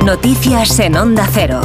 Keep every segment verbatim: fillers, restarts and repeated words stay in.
Noticias en Onda Cero.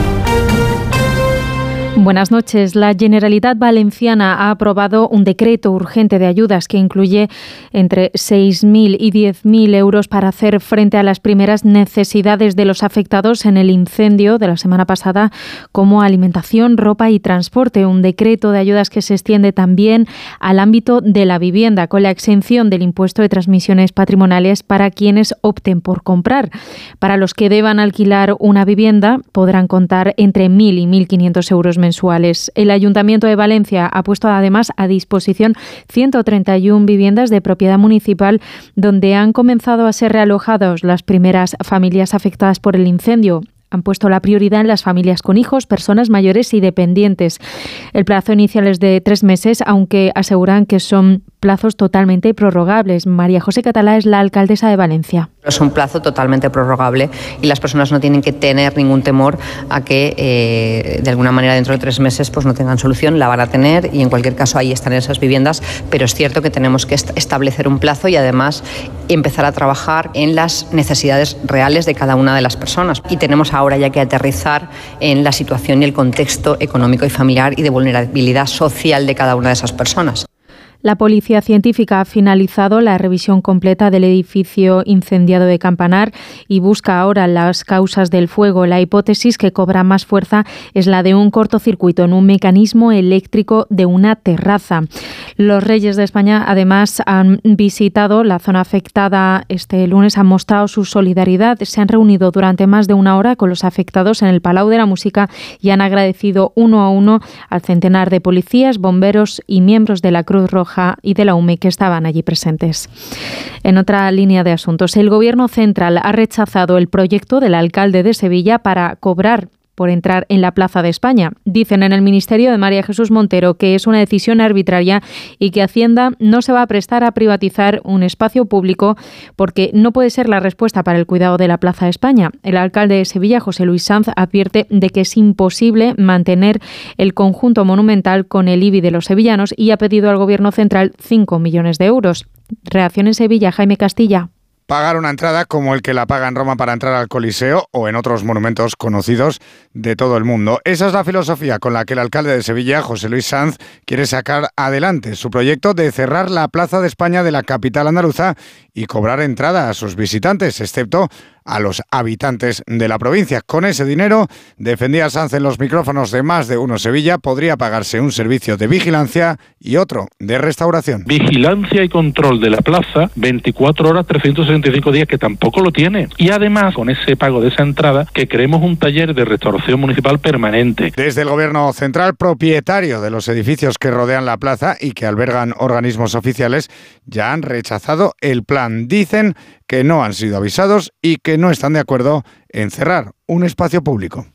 Buenas noches. La Generalitat Valenciana ha aprobado un decreto urgente de ayudas que incluye entre seis mil y diez mil euros para hacer frente a las primeras necesidades de los afectados en el incendio de la semana pasada, como alimentación, ropa y transporte. Un decreto de ayudas que se extiende también al ámbito de la vivienda, con la exención del impuesto de transmisiones patrimoniales para quienes opten por comprar. Para los que deban alquilar una vivienda, podrán contar entre mil y mil quinientos euros mensuales. El Ayuntamiento de Valencia ha puesto además a disposición ciento treinta y una viviendas de propiedad municipal donde han comenzado a ser realojadas las primeras familias afectadas por el incendio. Han puesto la prioridad en las familias con hijos, personas mayores y dependientes. El plazo inicial es de tres meses, aunque aseguran que son plazos totalmente prorrogables. María José Catalá es la alcaldesa de Valencia. Es un plazo totalmente prorrogable y las personas no tienen que tener ningún temor a que eh, de alguna manera dentro de tres meses pues no tengan solución, la van a tener y en cualquier caso ahí están esas viviendas, pero es cierto que tenemos que est- establecer un plazo y además empezar a trabajar en las necesidades reales de cada una de las personas y tenemos ahora ya que aterrizar en la situación y el contexto económico y familiar y de vulnerabilidad social de cada una de esas personas. La Policía Científica ha finalizado la revisión completa del edificio incendiado de Campanar y busca ahora las causas del fuego. La hipótesis que cobra más fuerza es la de un cortocircuito en un mecanismo eléctrico de una terraza. Los Reyes de España además han visitado la zona afectada este lunes, han mostrado su solidaridad. Se han reunido durante más de una hora con los afectados en el Palau de la Música y han agradecido uno a uno al centenar de policías, bomberos y miembros de la Cruz Roja y de la U M E que estaban allí presentes. En otra línea de asuntos, el Gobierno central ha rechazado el proyecto del alcalde de Sevilla para cobrar por entrar en la Plaza de España. Dicen en el Ministerio de María Jesús Montero que es una decisión arbitraria y que Hacienda no se va a prestar a privatizar un espacio público porque no puede ser la respuesta para el cuidado de la Plaza de España. El alcalde de Sevilla, José Luis Sanz, advierte de que es imposible mantener el conjunto monumental con el I B I de los sevillanos y ha pedido al Gobierno central cinco millones de euros. Reacción en Sevilla, Jaime Castilla. Pagar una entrada como el que la paga en Roma para entrar al Coliseo o en otros monumentos conocidos de todo el mundo. Esa es la filosofía con la que el alcalde de Sevilla, José Luis Sanz, quiere sacar adelante su proyecto de cerrar la Plaza de España de la capital andaluza y cobrar entrada a sus visitantes, excepto a los habitantes de la provincia. Con ese dinero, defendía Sanz en los micrófonos de Más de Uno Sevilla, podría pagarse un servicio de vigilancia y otro de restauración. Vigilancia y control de la plaza, veinticuatro horas, trescientos sesenta y cinco días, que tampoco lo tiene. Y además, con ese pago de esa entrada, que creemos un taller de restauración municipal permanente. Desde el Gobierno central, propietario de los edificios que rodean la plaza y que albergan organismos oficiales, ya han rechazado el plan. Dicen que no han sido avisados y que no están de acuerdo en cerrar un espacio público.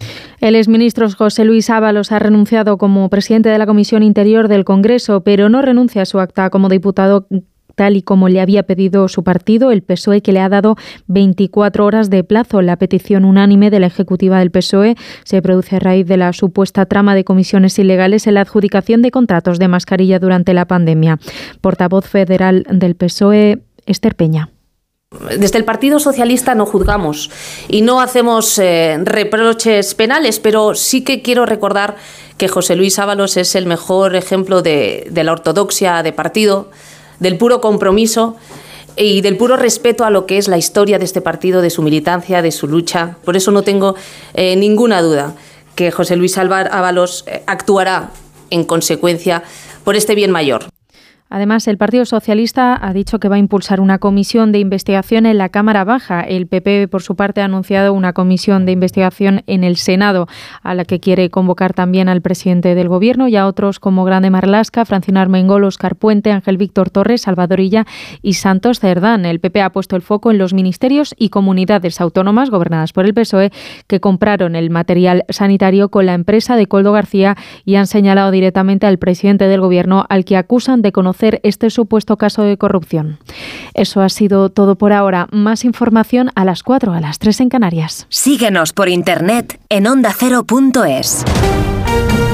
El exministro José Luis Ábalos ha renunciado como presidente de la Comisión Interior del Congreso, pero no renuncia a su acta como diputado, tal y como le había pedido su partido, el P S O E, que le ha dado veinticuatro horas de plazo. La petición unánime de la ejecutiva del P S O E se produce a raíz de la supuesta trama de comisiones ilegales en la adjudicación de contratos de mascarilla durante la pandemia. Portavoz federal del P S O E, Esther Peña. Desde el Partido Socialista no juzgamos y no hacemos eh, reproches penales, pero sí que quiero recordar que José Luis Ábalos es el mejor ejemplo de, de la ortodoxia de partido, del puro compromiso y del puro respeto a lo que es la historia de este partido, de su militancia, de su lucha. Por eso no tengo eh, ninguna duda que José Luis Ábalos eh, actuará en consecuencia por este bien mayor. Además, el Partido Socialista ha dicho que va a impulsar una comisión de investigación en la Cámara Baja. El P P, por su parte, ha anunciado una comisión de investigación en el Senado, a la que quiere convocar también al presidente del Gobierno y a otros como Grande Marlaska, Francino Armengol, Óscar Puente, Ángel Víctor Torres, Salvador Illa y Santos Cerdán. El P P ha puesto el foco en los ministerios y comunidades autónomas gobernadas por el P S O E que compraron el material sanitario con la empresa de Koldo García y han señalado directamente al presidente del Gobierno, al que acusan de conocer este supuesto caso de corrupción. Eso ha sido todo por ahora. Más información a las cuatro, a las tres en Canarias. Síguenos por internet en onda cero punto es.